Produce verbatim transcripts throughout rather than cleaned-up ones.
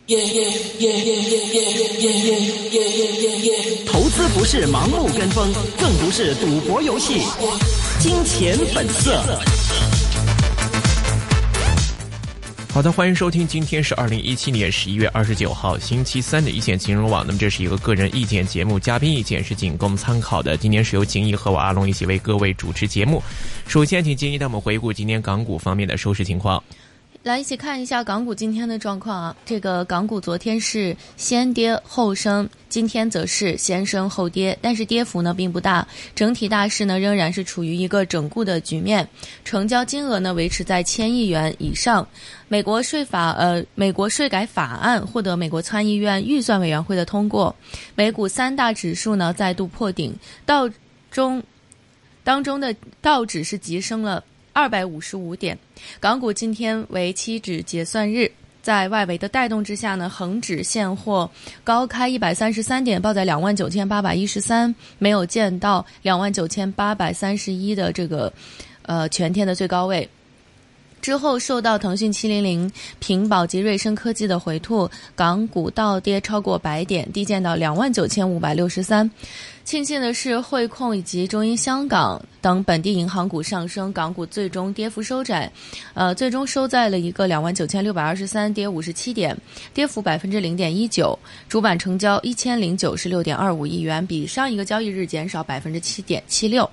投资不是盲目跟风，更不是赌博游戏。金钱本色。 好的，欢迎收听，今天是二零一七年十一月二十九号星期三的一线金融网。那么这是一个个人意见节目，嘉宾意见是仅供参考的。今天是由景怡和我阿龙一起为各位主持节目。首先请景怡带我们回顾今天港股方面的收市情况。 来一起看一下港股今天的状况啊。这个港股昨天是先跌后升，今天则是先升后跌，但是跌幅呢并不大，整体大势呢仍然是处于一个整固的局面，成交金额呢维持在千亿元以上。美国税法呃美国税改法案获得美国参议院预算委员会的通过，美股三大指数呢再度破顶，道中当中的道指是急升了二百五十五点。港股今天为期指结算日，在外围的带动之下呢，恒指现货高开一百三十三点，报在两万九千八百一十三，没有见到两万九千八百三十一的这个呃全天的最高位。之后受到腾讯七零零、平保及瑞声科技的回吐，港股倒跌超过百点，低见到两万九千五百六十三。庆幸的是，汇控以及中银香港等本地银行股上升，港股最终跌幅收窄，呃，最终收在了一个两万九千六百二十三，跌五十七点，跌幅百分之零点一九。主板成交一千零九十六点二五亿元，比上一个交易日减少百分之七点七六。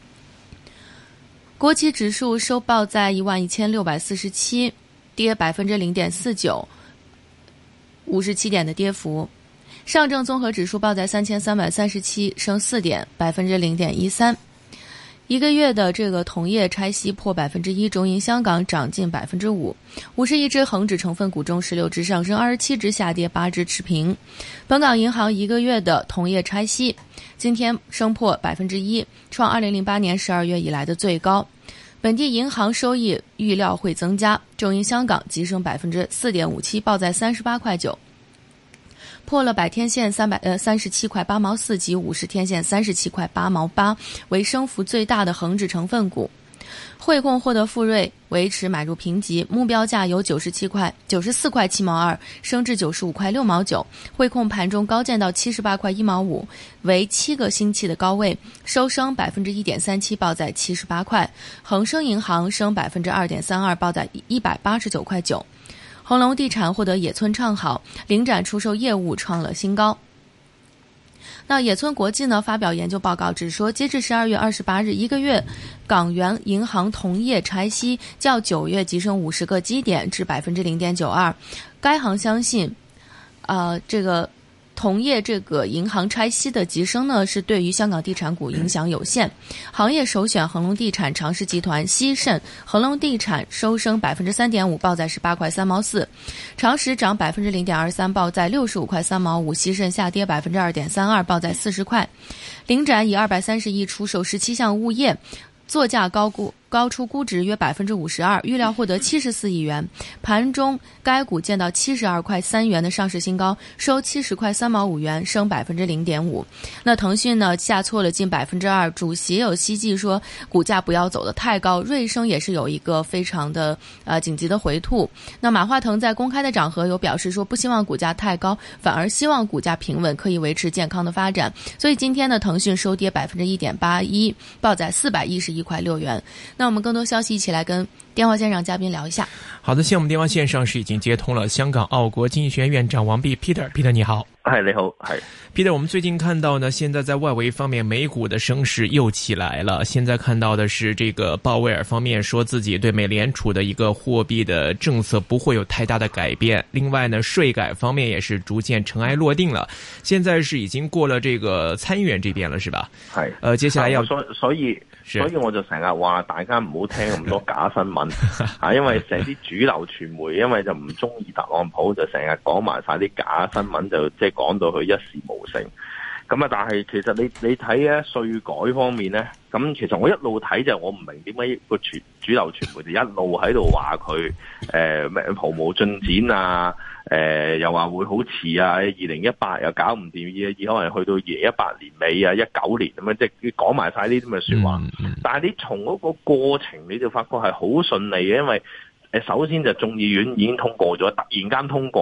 国企指数收报在一万一千六百四十七，跌百分之零点四九，五十七点的跌幅。上证综合指数报在三千三百三十七，升四点，百分之零点一三。一个月的这个同业拆息破百分之一，中银香港涨近百分之五。五十一只恒指成分股中，十六只上升，二十七只下跌，八只持平。本港银行一个月的同业拆息今天升破百分之一，创二零零八年十二月以来的最高。本地银行收益预料会增加，中银香港急升百分之四点五七，报在三十八块九。破了百天线三百呃三十七块八毛四及五十天线三十七块八毛八，为升幅最大的恒指成分股。汇控获得富瑞维持买入评级，目标价由九十七块九十四块七毛二升至九十五块六毛九。汇控盘中高见到七十八块一毛五，为七个星期的高位，收升百分之一点三七，报在七十八块。恒生银行升百分之二点三二，报在一百八十九块九。恒隆地产获得野村唱好，领展出售业务创了新高。那野村国际呢发表研究报告指说，截至十二月二十八日，一个月港元银行同业拆息较九月急升五十个基点至百分之零点九二。该行相信，呃，这个同业这个银行拆息的急升呢，是对于香港地产股影响有限。行业首选恒隆地产、长实集团、西盛。恒隆地产收升百分之三点五，报在十八块三毛四；长实涨百分之零点二三，报在六十五块三毛五；西盛下跌百分之二点三二，报在四十块。领展以二百三十亿出售十七项物业，作价高估高出估值约百分之五十二，预料获得七十四亿元。盘中该股见到七十二块三元的上市新高，收七十块三毛五元，升百分之零点五。那腾讯呢下挫了近百分之二，主席有希冀说股价不要走得太高。瑞声也是有一个非常的呃紧急的回吐。那马化腾在公开的场合有表示说，不希望股价太高，反而希望股价平稳，可以维持健康的发展。所以今天的腾讯收跌百分之一点八一，报在四百一十一块六元。那我们更多消息一起来跟电话线上嘉宾聊一下。 好的，现在我们电话线上是已经接通了香港澳国经济学院院长王弼 Peter。Peter 你好。 嗨，你好。嗨 Peter， 我们最近看到呢，现在在外围方面美股的升势又起来了。现在看到的是这个鲍威尔方面说自己对美联储的一个货币的政策不会有太大的改变。另外呢，税改方面也是逐渐尘埃落定了。现在是已经过了这个参议院这边了，是吧？係。呃，接下來要所所以所以我就成日話大家唔好聽咁多假新聞啊，因為成啲主流傳媒因為就唔中意特朗普，就成日講埋晒啲假新聞，就即係講到佢一事無成。咁啊，但係其實你你睇咧稅改方面咧，咁其實我一路睇就我唔明點解個主主流傳媒就一路喺度話佢誒咩毫無進展啊，誒、呃、又話會好遲啊，二零一八又搞唔掂，而可能去到二零一八年尾啊，一九年咁樣，即係講埋晒呢啲咁嘅説話。嗯、但係你從嗰個過程你就發覺係好順利嘅，因為誒首先就眾議院已經通過咗，突然間通過。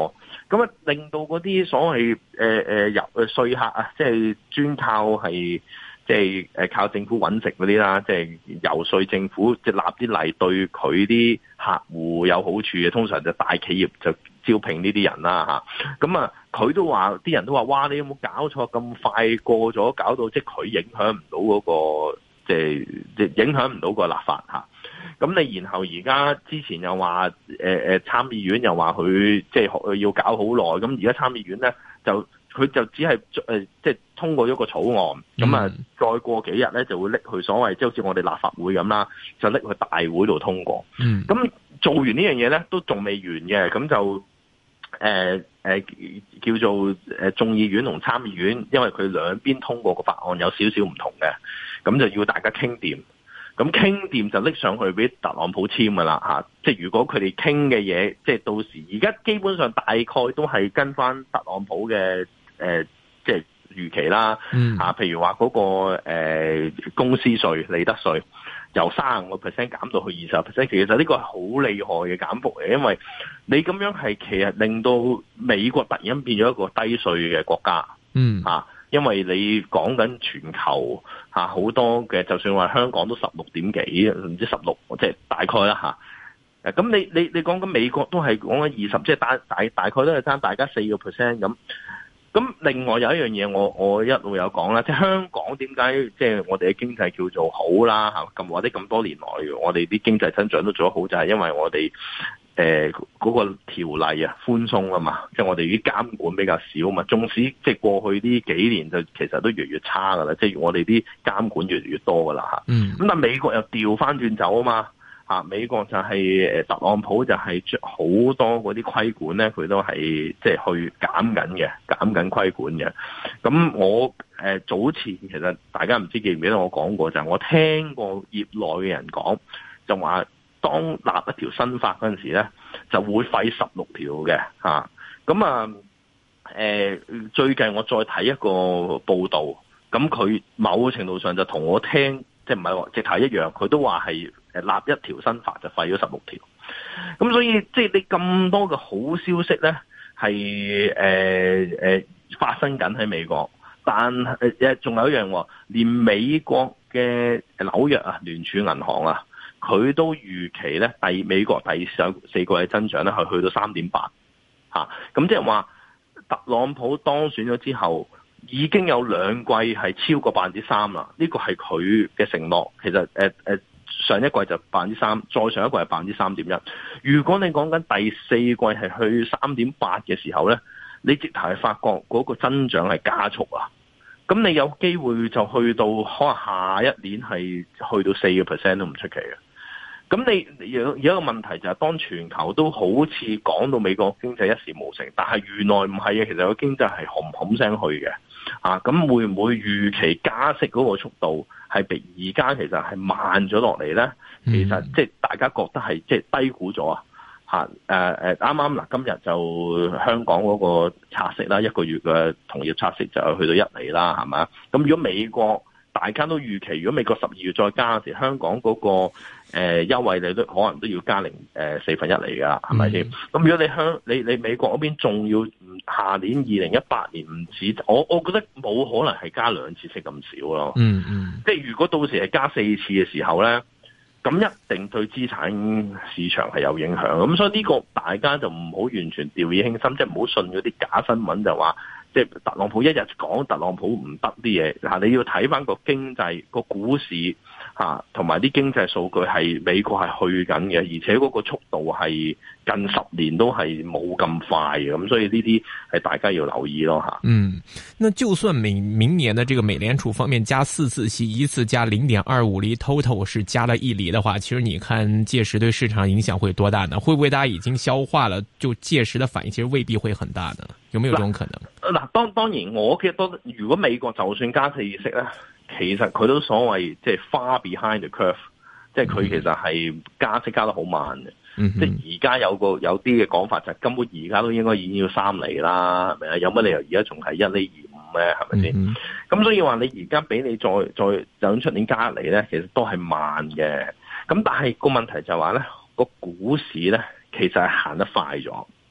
咁啊令到嗰啲所謂誒誒遊誒說客啊，即係專靠係即係誒靠政府揾食嗰啲啦，即係遊說政府即係立啲例對佢啲客戶有好處嘅，通常就大企業就招聘呢啲人啦嚇。咁啊佢都話啲人都話哇，你有冇搞錯，咁快過咗，搞到即係佢影響唔到嗰個即係即影響唔到個立法嚇。咁你然後而家之前又話誒誒參議院又話佢即係要搞好耐，咁而家參議院咧就佢就只係誒即係通過咗個草案，咁啊、嗯、再過幾日咧就會拎去所謂即係好似我哋立法會咁啦，就拎去大會度通過。咁、嗯、做完呢樣嘢咧都仲未完嘅，咁就誒誒、呃呃、叫做誒眾議院同參議院，因為佢兩邊通過個法案有少少唔同嘅，咁就要大家傾掂。咁傾掂就拎上去俾特朗普簽噶啦嚇，即係如果佢哋傾嘅嘢，即係到時而家基本上大概都係跟翻特朗普嘅誒、呃，即係預期啦嚇、嗯啊。譬如話嗰、那個、呃、公司稅利得稅由三十五個 percent 減到去二十 percent，其實呢個係好厲害嘅減幅嚟，因為你咁樣係其實令到美國突然間變咗一個低稅嘅國家，嗯嚇。因為你講緊全球嚇好多嘅，就算話香港都十六點幾，唔知十六，即係大概啦嚇。咁你你你講緊美國都係講緊二十，即係大大大概都係爭大家四個 percent 咁。咁另外有一樣嘢，我我一路有講啦，即係香港點解即係我哋嘅經濟叫做好啦嚇，咁或者咁多年來我哋啲經濟增長都做得好，就係因為我哋。誒嗰、呃那個條例啊寬鬆啊嘛，即係我哋啲監管比較少啊嘛，縱使即係過去呢幾年就其實都越嚟越差噶啦，即係我哋啲監管越嚟越多噶啦嚇。嗯。咁但係美國又調翻轉走啊嘛嚇，美國就係、是、誒特朗普就係好多嗰啲規管咧，佢都係即係去減緊嘅，減緊規管嘅。咁我誒、呃、早前其實大家唔知記唔記得我講過，就係、是、我聽過業內嘅人講，就話。當立一條新法嗰陣時咧，就會廢十六條嘅嚇。咁啊，誒、呃、最近我再睇一個報導，咁佢某程度上就同我聽，即係唔係話直頭一樣，佢都話係立一條新法就廢咗十六條。咁所以即係你咁多嘅好消息咧，係誒誒發生緊喺美國，但係誒仲有一樣喎，連美國嘅紐約啊聯儲銀行啊。佢都預期咧，第美國第四四季嘅增長咧係去到三點八嚇，咁即係話特朗普當選咗之後，已經有兩季係超過百分之三啦。呢個係佢嘅承諾。其實誒誒、呃、上一季就百分之三，再上一季係百分之三點一。如果你講緊第四季係去三點八嘅時候咧，你直頭係發覺嗰個增長係加速啊！咁你有機會就去到可能下一年係去到四個 percent 都唔出奇嘅。咁你有有一個問題就係，當全球都好似講到美國經濟一事無成，但係原來唔係嘅，其實個經濟係冚冚聲去嘅。啊，咁會唔會預期加息嗰個速度係比而家其實係慢咗落嚟咧？其實即係大家覺得係即係低估咗啊！嚇誒誒，啱啱嗱，今日就香港嗰個拆息啦，一個月嘅同業拆息就去到一厘啦，係嘛？咁如果美國大家都預期，如果美國十二月再加時，香港嗰、那個誒、呃、優惠利率可能都要加零誒四分一嚟㗎，係咪先？咁、嗯、如果你香你你美國嗰邊仲要下年二零一八年唔止，我我覺得冇可能係加兩次息咁少咯。嗯嗯，即係如果到時係加四次嘅時候咧，咁一定對資產市場係有影響。咁所以呢個大家就唔好完全掉以輕心，即係唔好信嗰啲假新聞就話。即係特朗普一日講特朗普唔得啲嘢嚇，你要睇翻個經濟個股市嚇，同埋啲經濟數據係美國係去緊嘅，而且嗰個速度係近十年都係冇咁快嘅，咁所以呢啲係大家要留意咯嚇。 嗯，那就算明明年的這個美聯儲方面加四次息，一次加零點二五厘 ，total 是加了一厘的話，其實你看屆時對市場影響會多大呢？會不會大家已經消化了？就屆時的反應其實未必會很大呢？有沒有這種可能？ 嗱，當當然，我覺得如果美國就算加四息咧，其實佢都所謂即係 far behind the curve，即係佢其實係加息加得好慢嘅。嗯、哼即係而家有個有啲嘅講法就係根本而家都應該已經要三厘啦，係咪啊？有乜理由而家仲係一厘二五咧？係咪先？咁、嗯、哼所以話你而家俾你再再等出年加嚟咧，其實都係慢嘅。咁但係個問題就係話咧，個股市咧其實係行得快咗。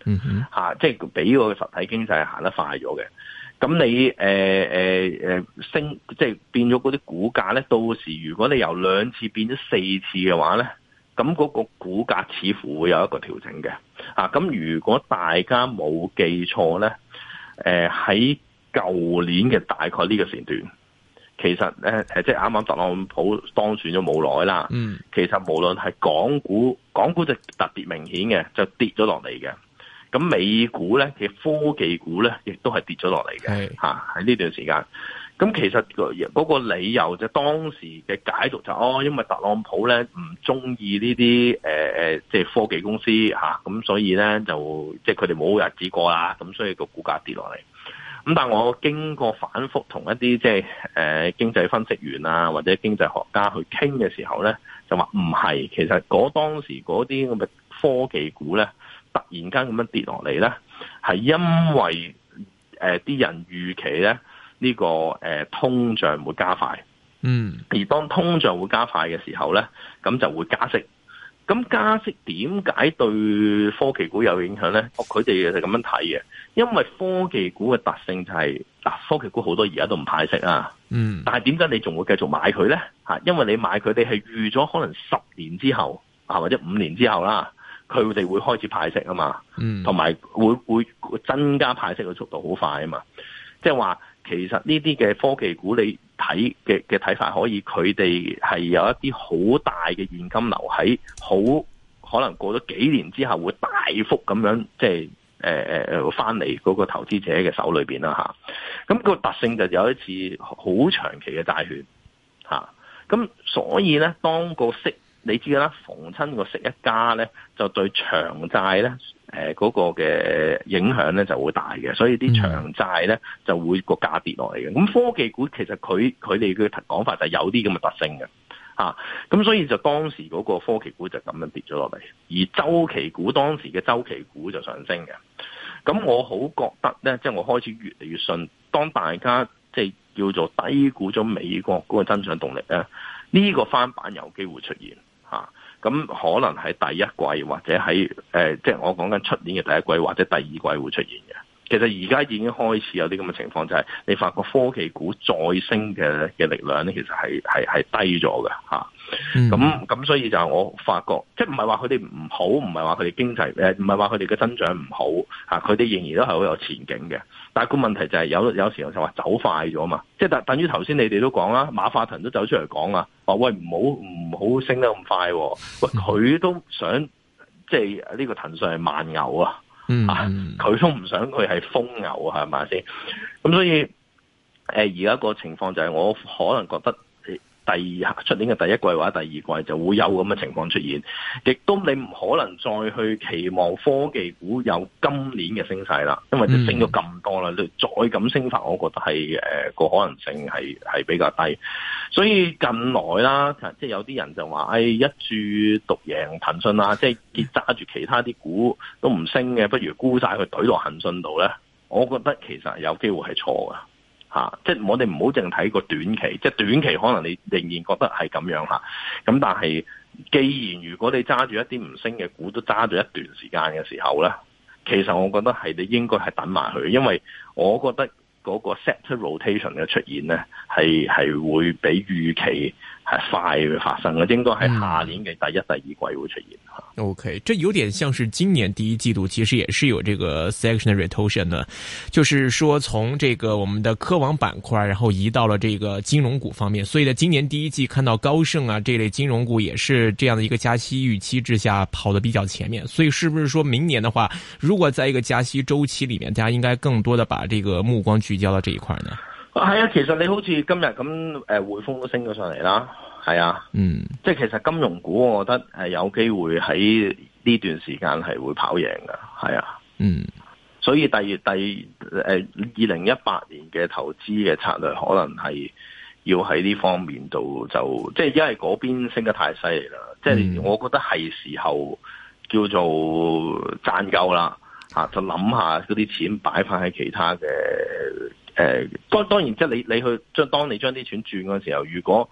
嗯哼， 吓、啊，即係比個實體經濟行得快咗嘅。咁你誒誒誒升，即係變咗嗰啲股價咧，到時如果你由兩次變咗四次嘅話咧，咁嗰個股價似乎會有一個調整嘅。啊，咁如果大家冇記錯咧，誒喺舊年嘅大概呢個時段，其實咧誒即係啱啱特朗普當選咗冇耐啦。嗯，其實無論係港股，港股就特別明顯嘅，就跌咗落嚟嘅。咁美股咧，其實科技股咧，亦都係跌咗落嚟嘅，嚇喺呢段時間。咁其實嗰個理由就當時嘅解讀就哦，因為特朗普咧唔中意呢啲誒誒，即係科技公司嚇，咁所以咧就即係佢哋冇日子過啦，咁所以個股價跌落嚟。咁但係我經過反覆同一啲即係誒經濟分析員啊，或者經濟學家去傾嘅時候咧，就話唔係，其實嗰當時嗰啲咁嘅科技股咧，突然間咁樣跌落嚟咧，係因為誒啲、呃、人預期咧呢、呢個誒、呃、通脹會加快，嗯，而當通脹會加快嘅時候咧，咁就會加息。咁加息點解對科技股有影響咧？佢哋就咁樣睇嘅，因為科技股嘅特性就係、是、嗱，科技股好多而家都唔派息啊，嗯，但係點解你仲會繼續買佢咧？嚇，因為你買佢哋係預咗可能十年之後啊，或者五年之後啦。佢哋會開始派息啊嘛，同埋會會增加派息嘅速度好快啊嘛，即係話其實呢啲嘅科技股你睇嘅嘅睇法可以，佢哋係有一啲好大嘅現金流喺，好可能過咗幾年之後會大幅咁樣即係誒誒翻嚟嗰個投資者嘅手裏邊啦嚇，咁個特性就有一次好長期嘅債券嚇，咁所以咧當個息。你知啦，逢親個息一加咧，就對長債咧，誒、呃、嗰、那個嘅影響咧就會大嘅，所以啲長債咧就會個價跌落嚟嘅。咁科技股其實佢佢哋嘅講法就係有啲咁嘅特性嘅，啊，咁所以就當時嗰個科技股就咁樣跌咗落嚟，而週期股當時嘅週期股就上升嘅。咁我好覺得咧，即係我開始越嚟越信，當大家即係叫做低估咗美國嗰個增長動力咧，呢、這個翻版有機會出現。吓，咁可能喺第一季或者喺誒、呃，即係我講緊出年嘅第一季或者第二季會出現嘅。其實而家已經開始有啲咁嘅情況，就係、是、你發覺科技股再升嘅嘅力量咧，其實係係係低咗嘅吓。咁咁、嗯、所以就我發覺，即係唔係話佢哋唔好，唔係話佢哋經濟誒，唔係話佢哋嘅增長唔好吓，佢哋仍然都係好有前景嘅。但係個問題就係有有時候就話走快咗嘛，即係等等於頭先你哋都講啦，馬化騰都走出嚟講啊，話喂唔好唔好升得咁快，喂佢都想即係呢個騰訊係慢牛啊。嗯，佢、啊、都唔想佢係瘋牛啊，係咪先？咁所以，誒而家個情況就係我可能覺得，第二出年嘅第一季或者第二季就會有咁嘅情況出現，亦都你唔可能再去期望科技股有今年嘅升勢啦，因為你升咗咁多啦，你再咁升法，我覺得係誒個可能性係係比較低。所以近來啦，即係有啲人就話，誒、哎、一注獨贏騰訊啦，即係結揸住其他啲股都唔升嘅，不如沽晒佢懟落騰訊度咧。我覺得其實有機會係錯㗎。吓、啊，即係我哋唔好淨睇個短期，即係短期可能你仍然覺得係咁樣吓，咁但係既然如果你揸住一啲唔升嘅股都揸咗一段時間嘅時候咧，其實我覺得係你應該係等埋佢，因為我覺得嗰個 sector rotation 嘅出現咧，係係會比預期係快嘅發生嘅，應該係下年嘅第一、嗯、第二季會出現。 OK， 這有點像是今年第一季度其實也是有這個 section rotation 的，就是說從這個我們的科網板塊，然後移到了這個金融股方面，所以呢今年第一季看到高盛啊這類金融股也是這樣的一個加息預期之下跑得比較前面，所以是不是說明年的話，如果在一個加息週期裡面，大家應該更多的把這個目光聚焦到這一塊呢？ 係啊，其實你好似今日咁，誒，匯豐都升咗上嚟啦。係啊，嗯，即係其實金融股，我覺得係有機會喺呢段時間係會跑贏㗎，係啊，嗯，所以第第誒二零一八年嘅投資嘅策略，可能係要喺呢方面度就，即係因為嗰邊升得太犀利啦，即係我覺得係時候叫做賺夠啦，吓就諗下嗰啲錢擺翻喺其他嘅誒，當當然即係你你去將當你將啲錢轉嗰時候，如果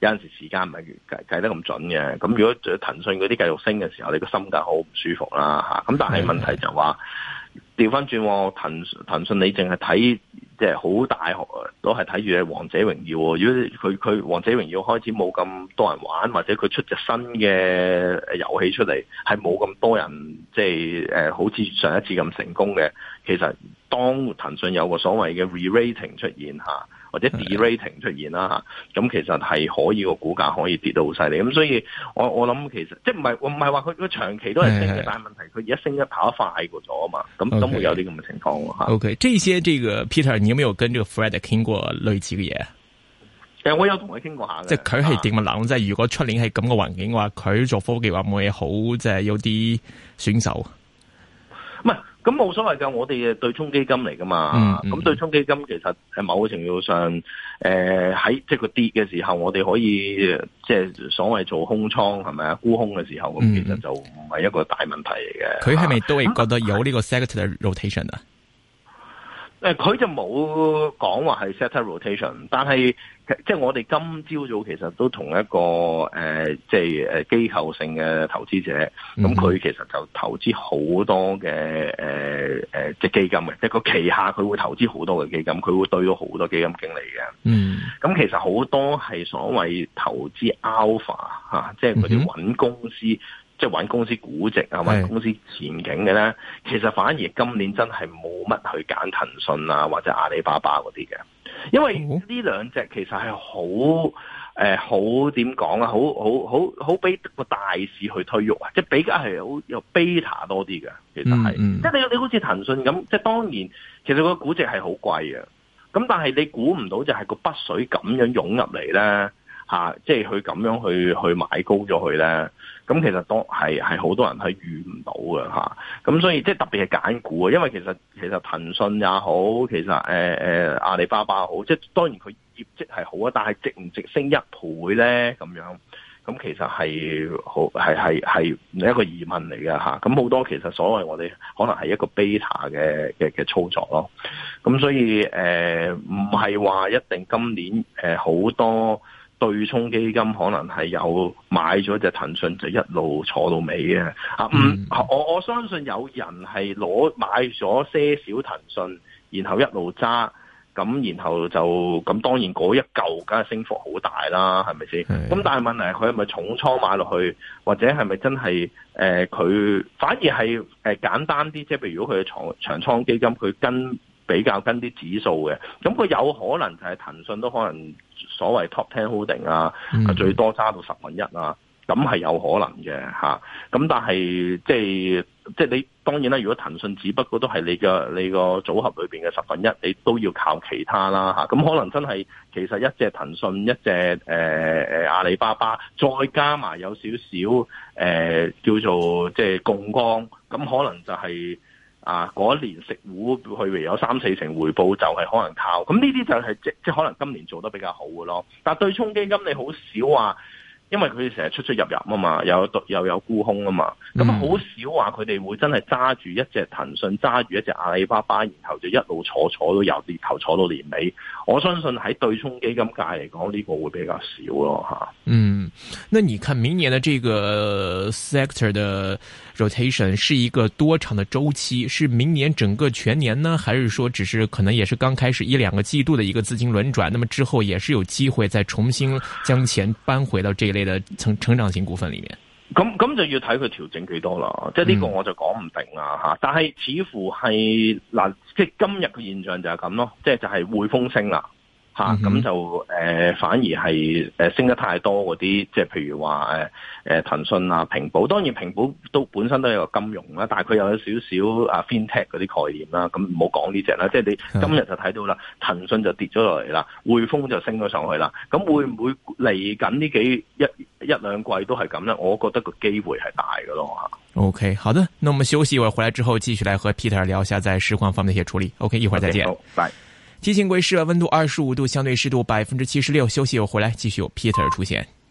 有陣時時間唔係計計得咁準嘅。咁如果騰訊嗰啲繼續升嘅時候，你個心梗好唔舒服啦嚇。咁但係問題就話調翻轉，騰騰訊你淨係睇即係好大學都係睇住係王者榮耀。如果佢佢王者榮耀開始冇咁多人玩，或者佢出隻新嘅遊戲出嚟係冇咁多人即係誒好似上一次咁成功嘅，其實當騰訊有個所謂嘅 re-rating 出現嚇，或者 de-rating 出現啦嚇，咁其實係可以個股價可以跌到好犀利。咁所以我我諗其實即係唔係唔係話佢佢長期都係升嘅，但係問題佢而家升得跑得快過咗啊嘛，咁都會有啲咁嘅情況嚇。 OK，這些這個 Peter，你有沒有跟這個 Fred 傾過類似嘅嘢？ 誒，我有同佢傾過下嘅。 即係佢係點樣諗？即係如果出年係咁嘅環境嘅話，佢做科技話會好，即係有啲選手。 唔係，咁冇所謂㗎。我哋嘅對沖基金嚟㗎嘛。咁、嗯嗯、對沖基金其實喺某個程度上，誒、呃、喺即係佢跌嘅時候，我哋可以即係所謂做空倉係咪啊？沽空嘅時候，咁、嗯、其實就唔係一個大問題嚟嘅。 佢係咪都係覺得有呢個 sector rotation 啊？ 誒，佢就冇講話係 sector rotation， 但係即係我哋今朝早其實都同一個誒、呃，即係誒機構性嘅投資者，咁佢、嗯、其實就投資好多嘅誒誒即係基金嘅，即係個旗下佢會投資好多嘅基金，佢會對到好多基金經理嘅。嗯，咁其實好多係所謂投資 alpha 吓、啊，即係佢哋揾公司。嗯即係揾公司估值啊，揾公司前景嘅咧，其實反而今年真係冇乜去揀騰訊啊或者阿里巴巴嗰啲嘅，因為呢兩隻其實係好誒好點講啊，好好好好俾個大市去推喐啊，即係比較係好有 beta 多啲嘅，其實係，嗯嗯、即係你你好似騰訊咁，即係當然其實個估值係好貴嘅，咁但係你估唔到就係個北水咁樣湧入嚟咧。啊，即係佢咁樣去去買高咗佢咧，咁其實都係係好多人係預唔到嘅嚇，咁所以即係特別係揀股啊，因為其實其實騰訊也好，其實誒誒、呃、阿里巴巴好，即係當然佢業績係好啊，但係值唔值升一倍咧咁樣，咁其實係好係係係一個疑問嚟嘅嚇，咁好多其實所謂我哋可能係一個 beta 嘅嘅嘅操作咯，咁所以誒唔係話一定今年誒好、呃、多。對沖基金可能係有買咗隻騰訊就一路坐到尾嘅啊！嗯，我我相信有人係攞買咗些少騰訊，然後一路揸，咁然後就咁當然嗰一嚿梗係升幅好大啦，係咪先？咁但係問題係佢係咪重倉買落去，或者係咪真係誒佢反而係誒、呃、簡單啲？即係譬如如果佢係長長倉基金，佢跟。比較跟啲指數嘅，咁佢有可能就係騰訊都可能所謂 top ten holding 啊，嗯、最多揸到十分一啊，咁係有可能嘅嚇。咁但係即係即係你當然啦，如果騰訊只不過都係你嘅你個組合裏邊嘅十分一，你都要靠其他啦嚇。咁可能真係其實一隻騰訊，一隻誒誒阿里巴巴，再加埋有少少誒、呃、叫做即係槓桿，咁可能就係、是。啊！嗰一年食糊佢有三四成回報，就係可能靠咁呢啲就係即即可能今年做得比較好嘅咯。但係對沖基金你好少話，因為佢哋成日出出入入啊嘛，又有又有沽空啊嘛，咁好少話佢哋會真係揸住一隻騰訊，揸住一隻阿里巴巴，然後就一路坐坐到由年頭坐到年尾。我相信喺對沖基金界嚟講，呢、這個會比較少咯吓。嗯， 那你看明年的這個 sector 的 rotation 是一個多長的周期？是明年整個全年呢，還是說只是可能也是剛開始一兩個季度的一個資金輪轉？那麼之後也是有機會再重新將錢搬回到這一類的成成長型股份裏面？ 咁咁就要睇佢調整幾多啦，即係呢個我就講唔定啦吓。嗯、但係似乎係嗱，即係今日嘅現象就係咁咯，即係就係匯豐升啦。吓咁、嗯、就誒、呃，反而係誒升得太多嗰啲，即係譬如話誒誒騰訊啊、平保，當然平保都本身都有個金融啦，但係佢又有少少啊 FinTech 嗰啲概念啦，咁唔好講呢隻啦。即係你今日就睇到啦，騰訊、嗯、就跌咗落嚟啦，匯豐就升咗上去啦。咁會唔會嚟緊呢幾一一兩季都係咁咧？我覺得個機會係大嘅咯吓。 OK， 好的，那我們休息一會兒，回來之後繼續來和 Peter 聊一下在市況方面的一些處理。OK， 一會兒再見。Okay, 好，拜。基情歸市，溫度二十五度，相對濕度百分之七十六。休息又回來，繼續有 Peter 出現。